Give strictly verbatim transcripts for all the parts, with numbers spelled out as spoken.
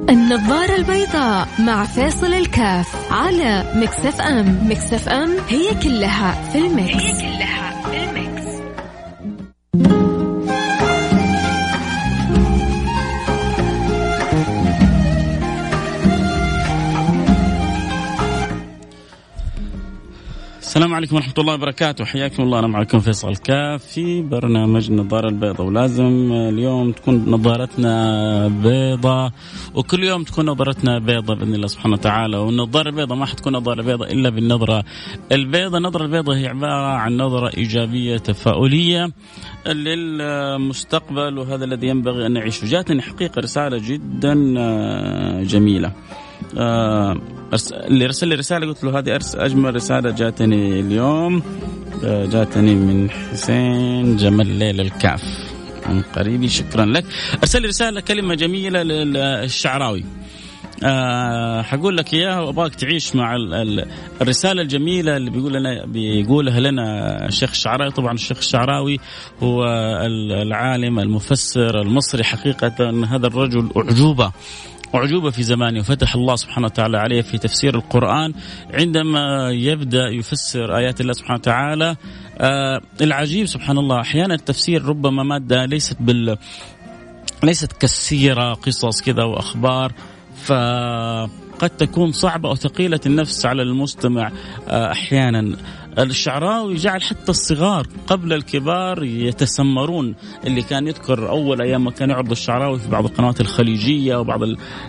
النظارة البيضاء مع فاصل الكاف على ميكس اف ام. ميكس اف ام هي كلها في الميكس. هي كلها في الميكس. السلام عليكم ورحمة الله وبركاته، حياكم الله. أنا معكم فيصل الكاف في برنامج النظارة البيضاء، ولازم اليوم تكون نظارتنا بيضة، وكل يوم تكون نظارتنا بيضة بإذن الله سبحانه وتعالى. والنظارة البيضاء ما حتكون نظارة بيضاء إلا بالنظرة البيضة. النظرة البيضاء هي عبارة عن نظرة إيجابية تفاؤلية للمستقبل، وهذا الذي ينبغي أن نعيشه. جاتني حقيقة رسالة جدا جميلة. آه اللي رسل لي رسالة قلت له هذه أجمل رسالة جاتني اليوم. آه جاتني من حسين جمال ليل الكاف من قريبي، شكرا لك. أرسل لي رسالة كلمة جميلة للشعراوي، أه حقول لك إياها وأبغاك تعيش مع الرسالة الجميلة اللي بيقول لنا بيقولها لنا الشيخ الشعراوي. طبعا الشيخ الشعراوي هو العالم المفسر المصري، حقيقة هذا الرجل أعجوبة أعجوبة في زمانه، وفتح الله سبحانه وتعالى عليه في تفسير القرآن عندما يبدأ يفسر آيات الله سبحانه وتعالى. آه العجيب سبحان الله، أحيانا التفسير ربما مادة ليست بال ليست كالسيرة، قصص كذا وأخبار، فقد تكون صعبة أو ثقيلة النفس على المستمع. آه أحيانا الشعراوي جعل حتى الصغار قبل الكبار يتسمرون. اللي كان يذكر أول أيام ما كان يعرض الشعراوي في بعض القنوات الخليجية وبعض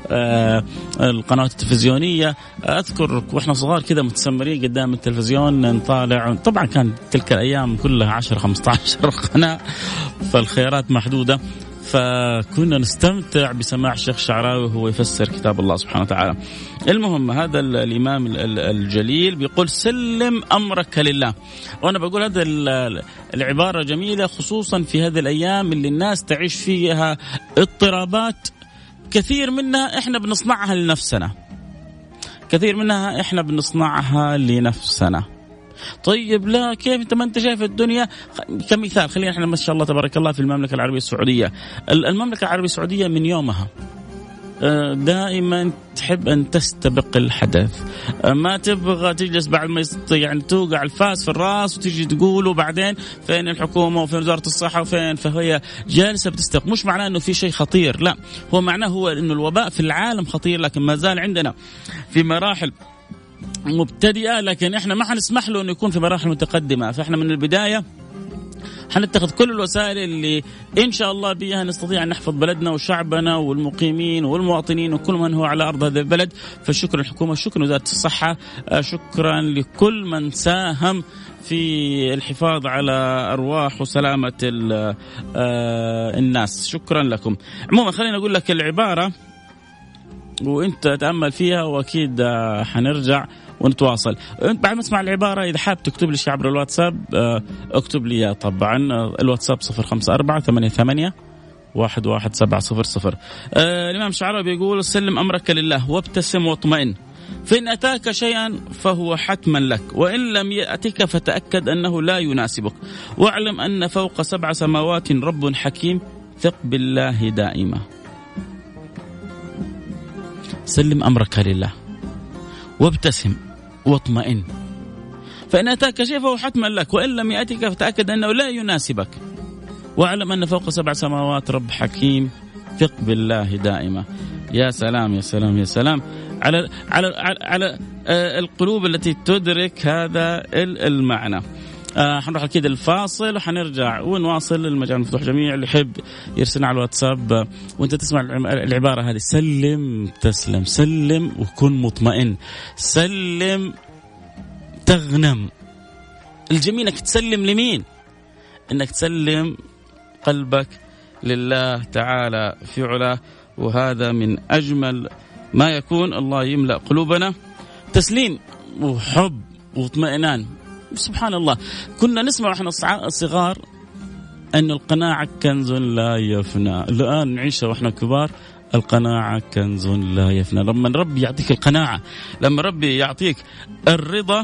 القنوات التلفزيونية، أذكر وإحنا صغار كذا متسمرين قدام التلفزيون نطالع. طبعا كان تلك الأيام كلها عشرة خمسة عشر قناة، فالخيارات محدودة، فكنا نستمتع بسماع الشيخ الشعراوي وهو يفسر كتاب الله سبحانه وتعالى. المهم هذا الإمام الجليل بيقول سلم أمرك لله، وأنا بقول هذا العبارة جميلة خصوصا في هذه الأيام اللي الناس تعيش فيها اضطرابات كثير منها إحنا بنصنعها لنفسنا، كثير منها إحنا بنصنعها لنفسنا. طيب لا كيف انت ما انت شايف الدنيا؟ كمثال خلينا احنا ما شاء الله تبارك الله في المملكة العربية السعودية. المملكة العربية السعودية من يومها دائما تحب أن تستبق الحدث، ما تبغى تجلس بعد ما يعني توقع الفاس في الراس وتيجي تقول وبعدين فين الحكومة وفين وزارة الصحة وفين، فهي جالسة بتستبق. مش معناه أنه في شيء خطير، لا، هو معناه هو أنه الوباء في العالم خطير، لكن ما زال عندنا في مراحل مبتدئة، لكن احنا ما حنسمح له انه يكون في مراحل متقدمة. فاحنا من البداية حنتخذ كل الوسائل اللي ان شاء الله بها نستطيع ان نحفظ بلدنا وشعبنا والمقيمين والمواطنين وكل من هو على ارض هذا البلد. فالشكر للحكومة، شكرا لوزارة الصحة، شكرا لكل من ساهم في الحفاظ على أرواح وسلامة الناس، شكرا لكم. عموما خلينا أقول لك العبارة وانت تأمل فيها، واكيد حنرجع ونتواصل. انت بعد ما تسمع العبارة إذا حاب تكتب لي شيء عبر الواتساب اكتب لي طبعا الواتساب صفر خمسة أربعة ثمانية ثمانية واحد واحد سبعة صفر صفر. الإمام الشعراوي بيقول سلم أمرك لله وابتسم واطمئن، فإن أتاك شيئا فهو حتما لك، وإن لم يأتك فتأكد أنه لا يناسبك، واعلم أن فوق سبع سماوات رب حكيم، ثق بالله دائما. سلم أمرك لله وابتسم واطمئن، فإن أتاك شيء فهو حتما لك، وإن لم يأتك فتأكد أنه لا يناسبك، واعلم أن فوق سبع سماوات رب حكيم، ثق بالله دائما. يا سلام يا سلام يا سلام على على على, على القلوب التي تدرك هذا المعنى. آه حنروح أكيد الفاصل وحنرجع ونواصل. المجال مفتوح، جميع اللي يحب يرسلنا على الواتساب آه وانت تسمع العبارة هذه، سلم تسلم، سلم وكن مطمئن، سلم تغنم. الجميل انك تسلم لمين؟ انك تسلم قلبك لله تعالى في علاه، وهذا من أجمل ما يكون. الله يملأ قلوبنا تسليم وحب واطمئنان. سبحان الله، كنا نسمع احنا صغار أن القناعة كنز لا يفنى، الآن نعيشها واحنا كبار، القناعة كنز لا يفنى. لما ربي يعطيك القناعة، لما ربي يعطيك الرضا،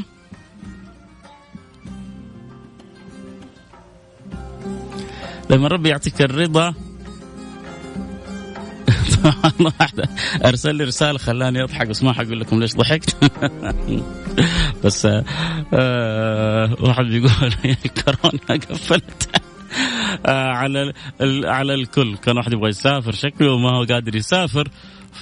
لما ربي يعطيك الرضا واحد أرسل لي رسالة خلاني أضحك، بس ما حقول لكم ليش ضحكت. بس آه واحد بيقول الكورونا قفلت آه على على الكل. كان واحد يبغى يسافر شكله وما هو قادر يسافر، ف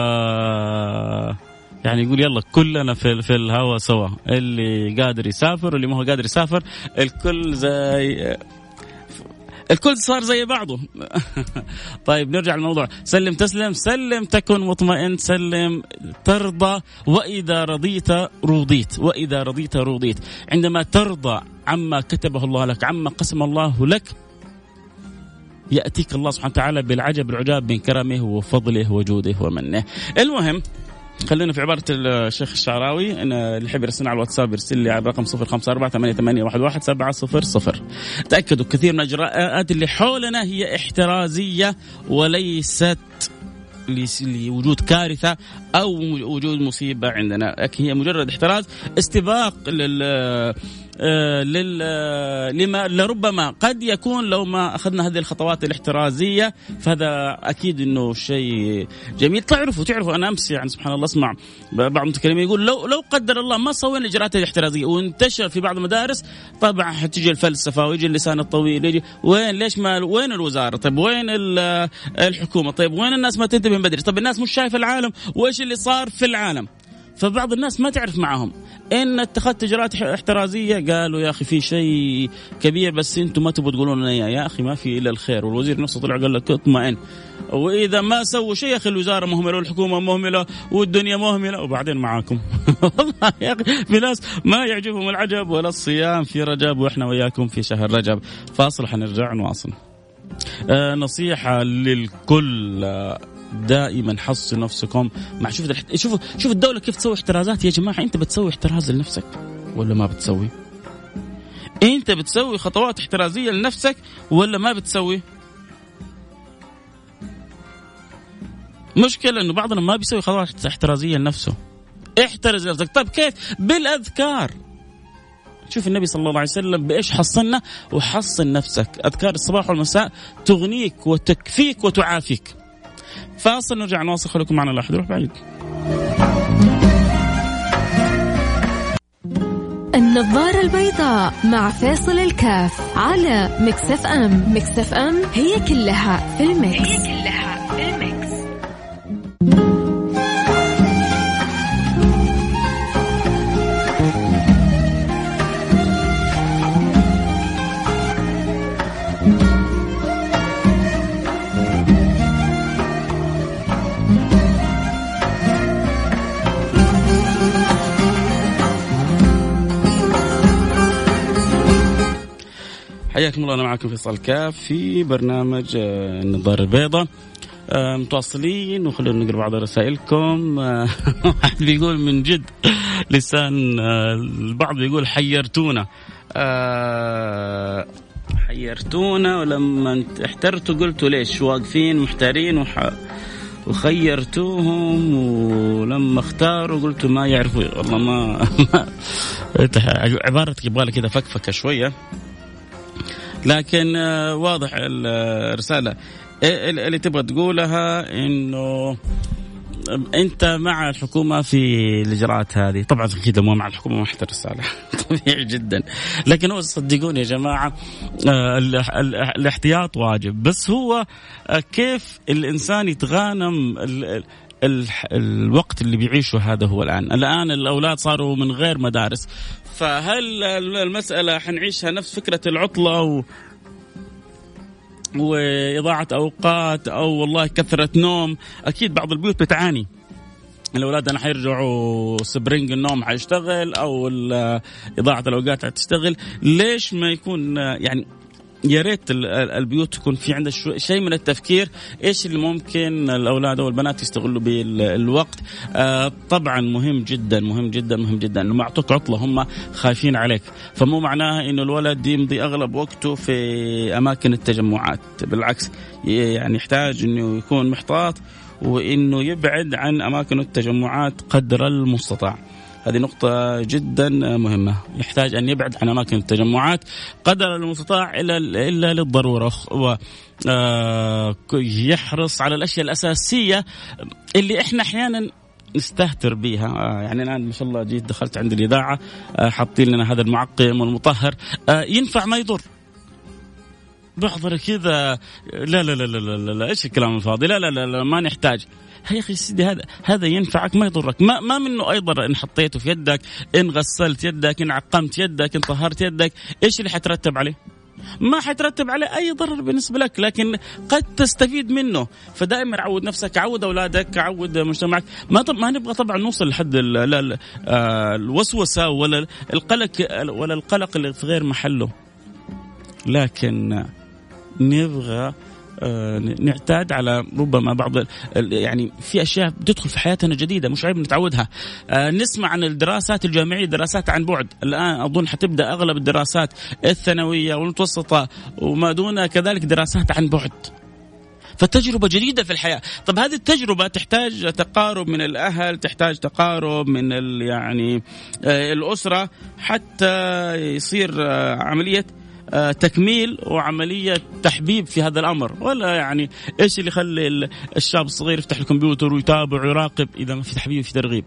يعني يقول يلا كلنا في في الهوا سوا، اللي قادر يسافر واللي ما هو قادر يسافر، الكل زي الكل صار زي بعضه. طيب نرجع للموضوع. سلم تسلم، سلم تكن مطمئن، سلم ترضى، وإذا رضيت رضيت، وإذا رضيت رضيت. عندما ترضى عما كتبه الله لك، عما قسم الله لك، يأتيك الله سبحانه وتعالى بالعجب العجاب من كرمه وفضله وجوده ومنه. المهم خلينا في عبارة الشيخ الشعراوي، إن اللي يحب يرسلنا على الواتساب يرسل لي على رقم صفر خمسة أربعة ثمانية ثمانية واحد واحد سبعة صفر صفر. تأكدوا كثير من الإجراءات اللي حولنا هي احترازية وليست لوجود كارثة أو وجود مصيبة عندنا، لكن هي مجرد احتراز، استباق لل لل لما لربما قد يكون لو ما أخذنا هذه الخطوات الاحترازية، فهذا أكيد إنه شيء جميل. تعرفوا تعرفوا أنا أمس يعني سبحان الله أسمع بعض المتكلمين يقول لو لو قدر الله ما سوينا الإجراءات الاحترازية وانتشر في بعض المدارس، طبعا حتيجي الفلسفة ويجي اللسان الطويل، يجي وين ليش ما وين الوزارة، طيب وين الحكومة، طيب وين الناس ما تنتبه من بدري، طيب الناس مش شايفة العالم وإيش اللي صار في العالم. فبعض الناس ما تعرف معهم إن اتخذت إجراءات احترازية، قالوا يا أخي في شيء كبير بس أنتم ما تبغوا تقولون لنا إياه، يا أخي ما في إلا الخير. والوزير نفسه طلع قال لك اطمئن، وإذا ما سووا شيء يا أخي الوزارة مهملة والحكومة مهملة والدنيا مهملة وبعدين معاكم. والله يا أخي في ناس ما يعجبهم العجب ولا الصيام في رجب، وإحنا وياكم في شهر رجب. فاصل حنرجع نواصل. آه نصيحة للكل، آه دائما حصوا نفسكم مع شوف شوفوا شوف الدولة كيف تسوي احترازات. يا جماعة انت بتسوي احتراز لنفسك ولا ما بتسوي؟ انت بتسوي خطوات احترازية لنفسك ولا ما بتسوي؟ مشكلة انه بعضنا ما بيسوي خطوات احترازية لنفسه. احترز نفسك. طيب كيف؟ بالأذكار. شوف النبي صلى الله عليه وسلم بإيش حصلنا، وحصن نفسك. أذكار الصباح والمساء تغنيك وتكفيك وتعافيك. فاصل نرجع نواصل، خليكم معنا لا أحد يروح بعيد. النظارة البيضاء مع فاصل الكاف على ميكس اف ام. ميكس اف ام هي كلها في الميكس، هي كلها في الميكس. حياكم الله. أنا معكم فيصل كاف في برنامج النظارة البيضاء. متواصلين وخلونا نقرأ بعض رسائلكم. واحد بيقول من جد لسان البعض بيقول حيرتونا حيرتونا ولما احترتوا قلتوا ليش واقفين محتارين وح... وخيرتوهم، ولما اختاروا قلتوا ما يعرفوا. والله ما عبارتك يبغى لك كذا فكفكة شوية، لكن واضح الرسالة اللي تبغى تقولها إنه أنت مع الحكومة في الإجراءات هذه. طبعا أكيد مو مع الحكومة ما حتى الرسالة طبيعي جدا، لكن هو صدقوني يا جماعة الاحتياط واجب. بس هو كيف الإنسان يتغانم الوقت اللي بيعيشه هذا هو الآن. الآن الأولاد صاروا من غير مدارس، فهل المسألة حنعيشها نفس فكرة العطلة و... وإضاعة أوقات أو والله كثرة نوم؟ أكيد بعض البيوت بتعاني. الأولاد أنا حيرجعوا سبرينج النوم حيشتغل أو إضاعة الأوقات حتشتغل. ليش ما يكون يعني يا ريت البيوت تكون في عندها شيء من التفكير ايش اللي ممكن الاولاد او البنات يستغلوا بالوقت. آه طبعا مهم جدا مهم جدا مهم جدا انه ما اعطوك عطله هم خايفين عليك، فمو معناها انه الولد يمضي اغلب وقته في اماكن التجمعات. بالعكس يعني يحتاج انه يكون محتاط وانه يبعد عن اماكن التجمعات قدر المستطاع. هذه نقطة جدا مهمة. يحتاج أن يبعد عن أماكن التجمعات قدر المستطاع إلا إلا للضرورة، ويحرص على الأشياء الأساسية اللي إحنا أحيانا نستهتر بيها. يعني أنا ما شاء الله جيت دخلت عند الإذاعة حاطين لنا هذا المعقم والمطهر، ينفع ما يضر. بحضر كذا لا لا لا لا لا لا إيش الكلام الفاضي، لا لا لا, لا ما نحتاج. يا أخي سيدي هذا هذا ينفعك ما يضرك. ما ما منه أيضا إن حطيته في يدك، إن غسلت يدك، إن عقمت يدك، إن طهرت يدك، إيش اللي حترتب عليه؟ ما حترتب عليه أي ضرر بالنسبة لك، لكن قد تستفيد منه. فدائما عود نفسك، عود أولادك، عود مجتمعك. ما طب ما نبغى طبعا نوصل لحد الوسوسة ولا القلق ولا القلق اللي في غير محله، لكن نبغى نعتاد على ربما بعض يعني في أشياء بتدخل في حياتنا جديدة مش عيب نتعودها. نسمع عن الدراسات الجامعية، دراسات عن بعد، الآن أظن حتبدأ أغلب الدراسات الثانوية والمتوسطة وما دون كذلك دراسات عن بعد. فالتجربة جديدة في الحياة. طب هذه التجربة تحتاج تقارب من الأهل، تحتاج تقارب من يعني الأسرة حتى يصير عملية تكميل وعملية تحبيب في هذا الأمر. ولا يعني إيش اللي يخلي الشاب الصغير يفتح الكمبيوتر ويتابع ويراقب إذا ما في تحبيب في ترغيب؟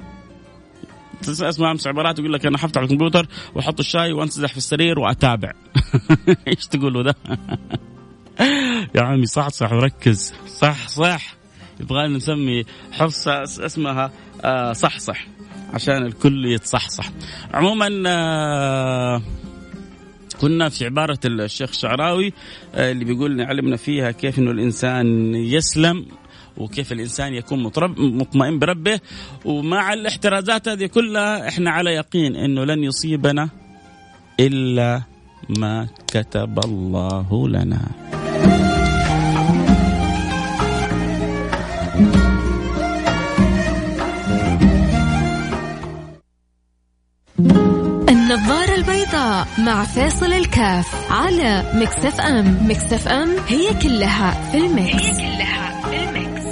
اسمع أمس عبارات يقول لك أنا حفتح الكمبيوتر وأحط الشاي وأنسدح في السرير وأتابع. إيش تقولوا ده؟ يا عمي صح صح وركز، صح صح. يبغى نسمي حصة اسمها صح صح عشان الكل يتصحصح. عموما كنا في عبارة الشيخ الشعراوي اللي بيقول علمنا فيها كيف إنه الإنسان يسلم وكيف الإنسان يكون مطمئن بربه، ومع الاحترازات هذه كلها إحنا على يقين إنه لن يصيبنا إلا ما كتب الله لنا. النظارة البيضاء مع فاصل الكاف على ميكس اف ام. ميكس اف ام هي كلها في الميكس. هي كلها في الميكس.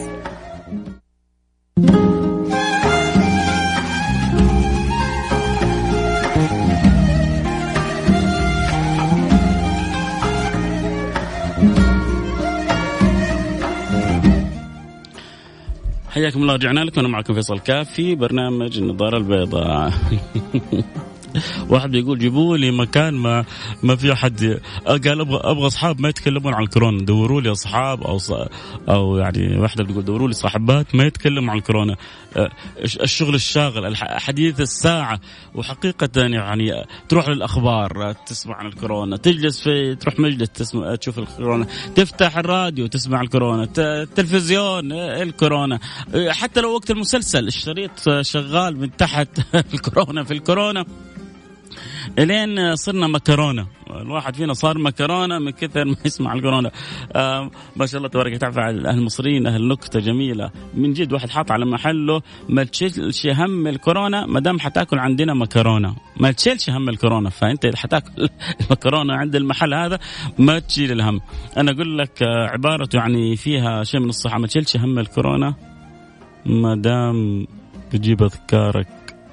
حياكم الله، رجعنا لكم. أنا معكم فيصل كاف في برنامج النظارة البيضاء. واحد بيقول جيبوا لي مكان ما ما في أحد، قال أبغى أبغى أصحاب ما يتكلمون عن الكورونا، دوروا لي أصحاب أو ص... أو يعني واحدة بتقول دوروا لي صاحبات ما يتكلموا عن الكورونا. الشغل الشاغل، الحديث الساعة، وحقيقة يعني تروح للأخبار تسمع عن الكورونا، تجلس في تروح مجلس تسمع تشوف الكورونا، تفتح الراديو تسمع الكورونا، التلفزيون الكورونا، حتى لو وقت المسلسل الشريط شغال من تحت الكورونا في الكورونا، إلين صرنا مكرونة. الواحد فينا صار مكرونة من كثر ما يسمع الكورونا. آه ما شاء الله تبارك وتعالى. الأهل المصريين أهل نكتة جميلة من جد. واحد حاط على محله ما تشيلش هم الكورونا ما دام حتاكل عندنا مكرونة، ما تشيلش هم الكورونا. فأنت إذا حتاكل المكرونة عند المحل هذا ما تشيل الهم. أنا أقول لك عبارة يعني فيها شيء من الصحة، ما تشيلش هم الكورونا ما دام بتجيب أذكارك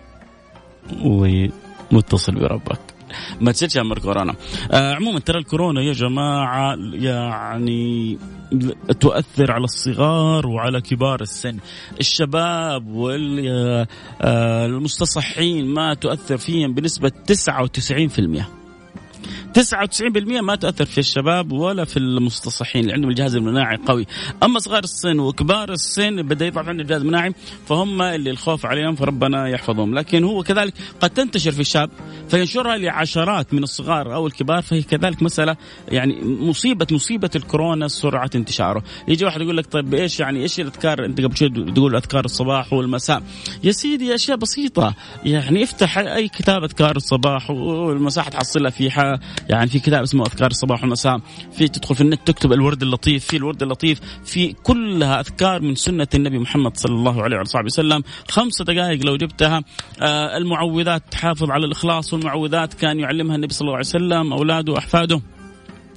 ومتصل بربك. ما تشيلش هم الكورونا. آه عموما ترى الكورونا يا جماعة يعني تؤثر على الصغار وعلى كبار السن. الشباب والمستصحين ما تؤثر فيهم بنسبة تسعة وتسعين بالمئة. تسعة وتسعين بالمئة ما تأثر في الشباب ولا في المستصحين اللي عندهم الجهاز المناعي قوي. أما صغار السن وكبار السن بدأ يضعف عندهم الجهاز المناعي فهم اللي الخوف عليهم، فربنا يحفظهم. لكن هو كذلك قد تنتشر في الشاب فينشرها لعشرات من الصغار أو الكبار، فهي كذلك مسألة يعني مصيبة مصيبة الكورونا سرعة انتشاره. يجي واحد يقول لك طيب إيش يعني إيش الأذكار؟ أنت قبل شوي تقول أذكار الصباح والمساء. يا سيدي أشياء بسيطة، يعني افتح أي كتاب أذكار الصباح والمساء حتحصلها فيها. يعني في كتاب اسمه أذكار الصباح والمساء، في تدخل في النت تكتب الورد اللطيف، في الورد اللطيف في كلها أذكار من سنة النبي محمد صلى الله عليه وصحبه وسلم. خمسة دقائق لو جبتها. آه المعوذات تحافظ على الإخلاص، والمعوذات كان يعلمها النبي صلى الله عليه وسلم أولاده وأحفاده.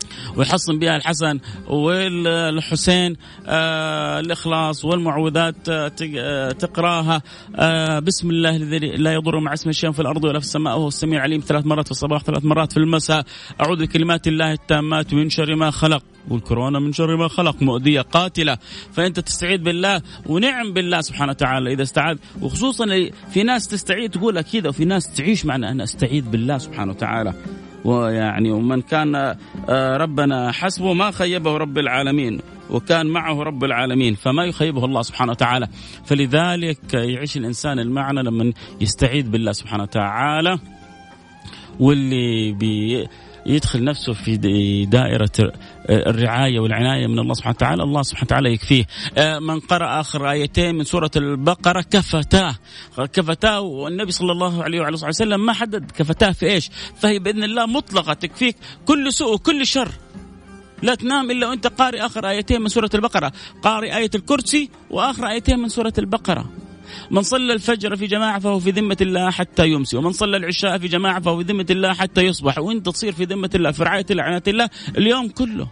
ويحصن بها الحسن والحسين آه الإخلاص والمعوذات آه تقراها آه بسم الله الذي لا يضر مع اسمه شيء في الأرض ولا في السماء وهو السميع العليم ثلاث مرات في الصباح ثلاث مرات في المساء. أعوذ بكلمات الله التامات من شر ما خلق، والكورونا من شر ما خلق مؤذية قاتلة، فأنت تستعيذ بالله ونعم بالله سبحانه وتعالى إذا استعاذ. وخصوصا في ناس تستعيذ تقول أكيد، وفي ناس تعيش معنا أنا أستعيذ بالله سبحانه وتعالى. ويعني ومن كان ربنا حسبه ما خيبه رب العالمين، وكان معه رب العالمين فما يخيبه الله سبحانه وتعالى. فلذلك يعيش الإنسان المعنى لما يستعيذ بالله سبحانه وتعالى، واللي بي يدخل نفسه في دائرة الرعاية والعناية من الله سبحانه وتعالى، الله سبحانه وتعالى يكفيه. من قرأ آخر آيتين من سورة البقرة كفتاه كفتاه والنبي صلى الله عليه وعلى وسلم ما حدد كفتاه في إيش، فهي بإذن الله مطلقة تكفيك كل سوء وكل شر. لا تنام إلا وأنت قارئ آخر آيتين من سورة البقرة، قارئ آية الكرسي وآخر آيتين من سورة البقرة. من صلى الفجر في جماعة فهو في ذمة الله حتى يمسي، ومن صلى العشاء في جماعة فهو في ذمة الله حتى يصبح، وانت تصير في ذمة الله في رعاية الله عناية الله اليوم كله.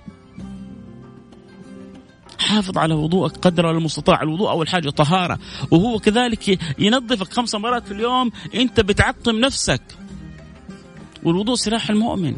حافظ على وضوءك قدر المستطاع. الوضوء أول حاجة طهارة، وهو كذلك ينظفك خمس مرات في اليوم. انت بتعقم نفسك، والوضوء سلاح المؤمن.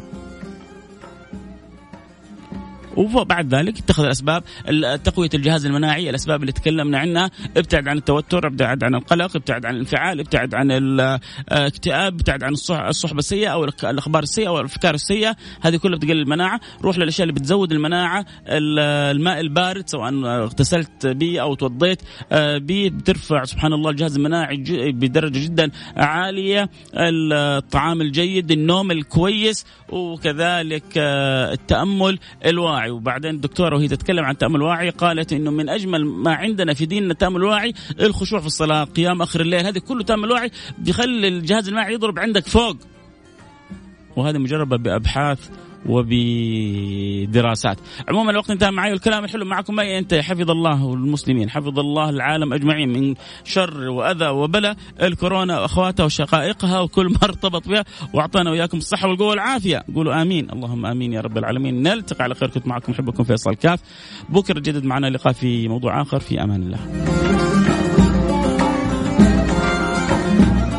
وبعد ذلك اتخذ الأسباب تقوية الجهاز المناعي، الأسباب اللي تكلمنا عنها. ابتعد عن التوتر، ابتعد عن القلق، ابتعد عن الانفعال، ابتعد عن الاكتئاب، ابتعد عن الصحبة السيئة أو الأخبار السيئة أو الأفكار السيئة، هذه كلها بتقلل المناعة. روح للأشياء اللي بتزود المناعة. الماء البارد سواء اغتسلت به أو توضيت به بترفع سبحان الله الجهاز المناعي بدرجة جدا عالية. الطعام الجيد، النوم الكويس، وكذلك التأمل الواعي. وبعدين الدكتورة وهي تتكلم عن التأمل الواعي قالت إنه من أجمل ما عندنا في ديننا التأمل الواعي الخشوع في الصلاة، قيام آخر الليل، هذه كله تأمل واعي بيخلي الجهاز المناعي يضرب عندك فوق. وهذا مجربة بأبحاث وبدراسات. عموما الوقت انتهى معي، والكلام الحلو معكم ما ينتهي. حفظ الله والمسلمين، حفظ الله العالم أجمعين من شر وأذى وبلاء الكورونا وأخواتها وشقائقها وكل ما ارتبط بها، وأعطانا وإياكم الصحة والقوة والعافية. قولوا آمين، اللهم آمين يا رب العالمين. نلتقي على خير. كنت معكم حبكم فيصل كاف. بكرة جدد معنا لقاء في موضوع آخر. في أمان الله.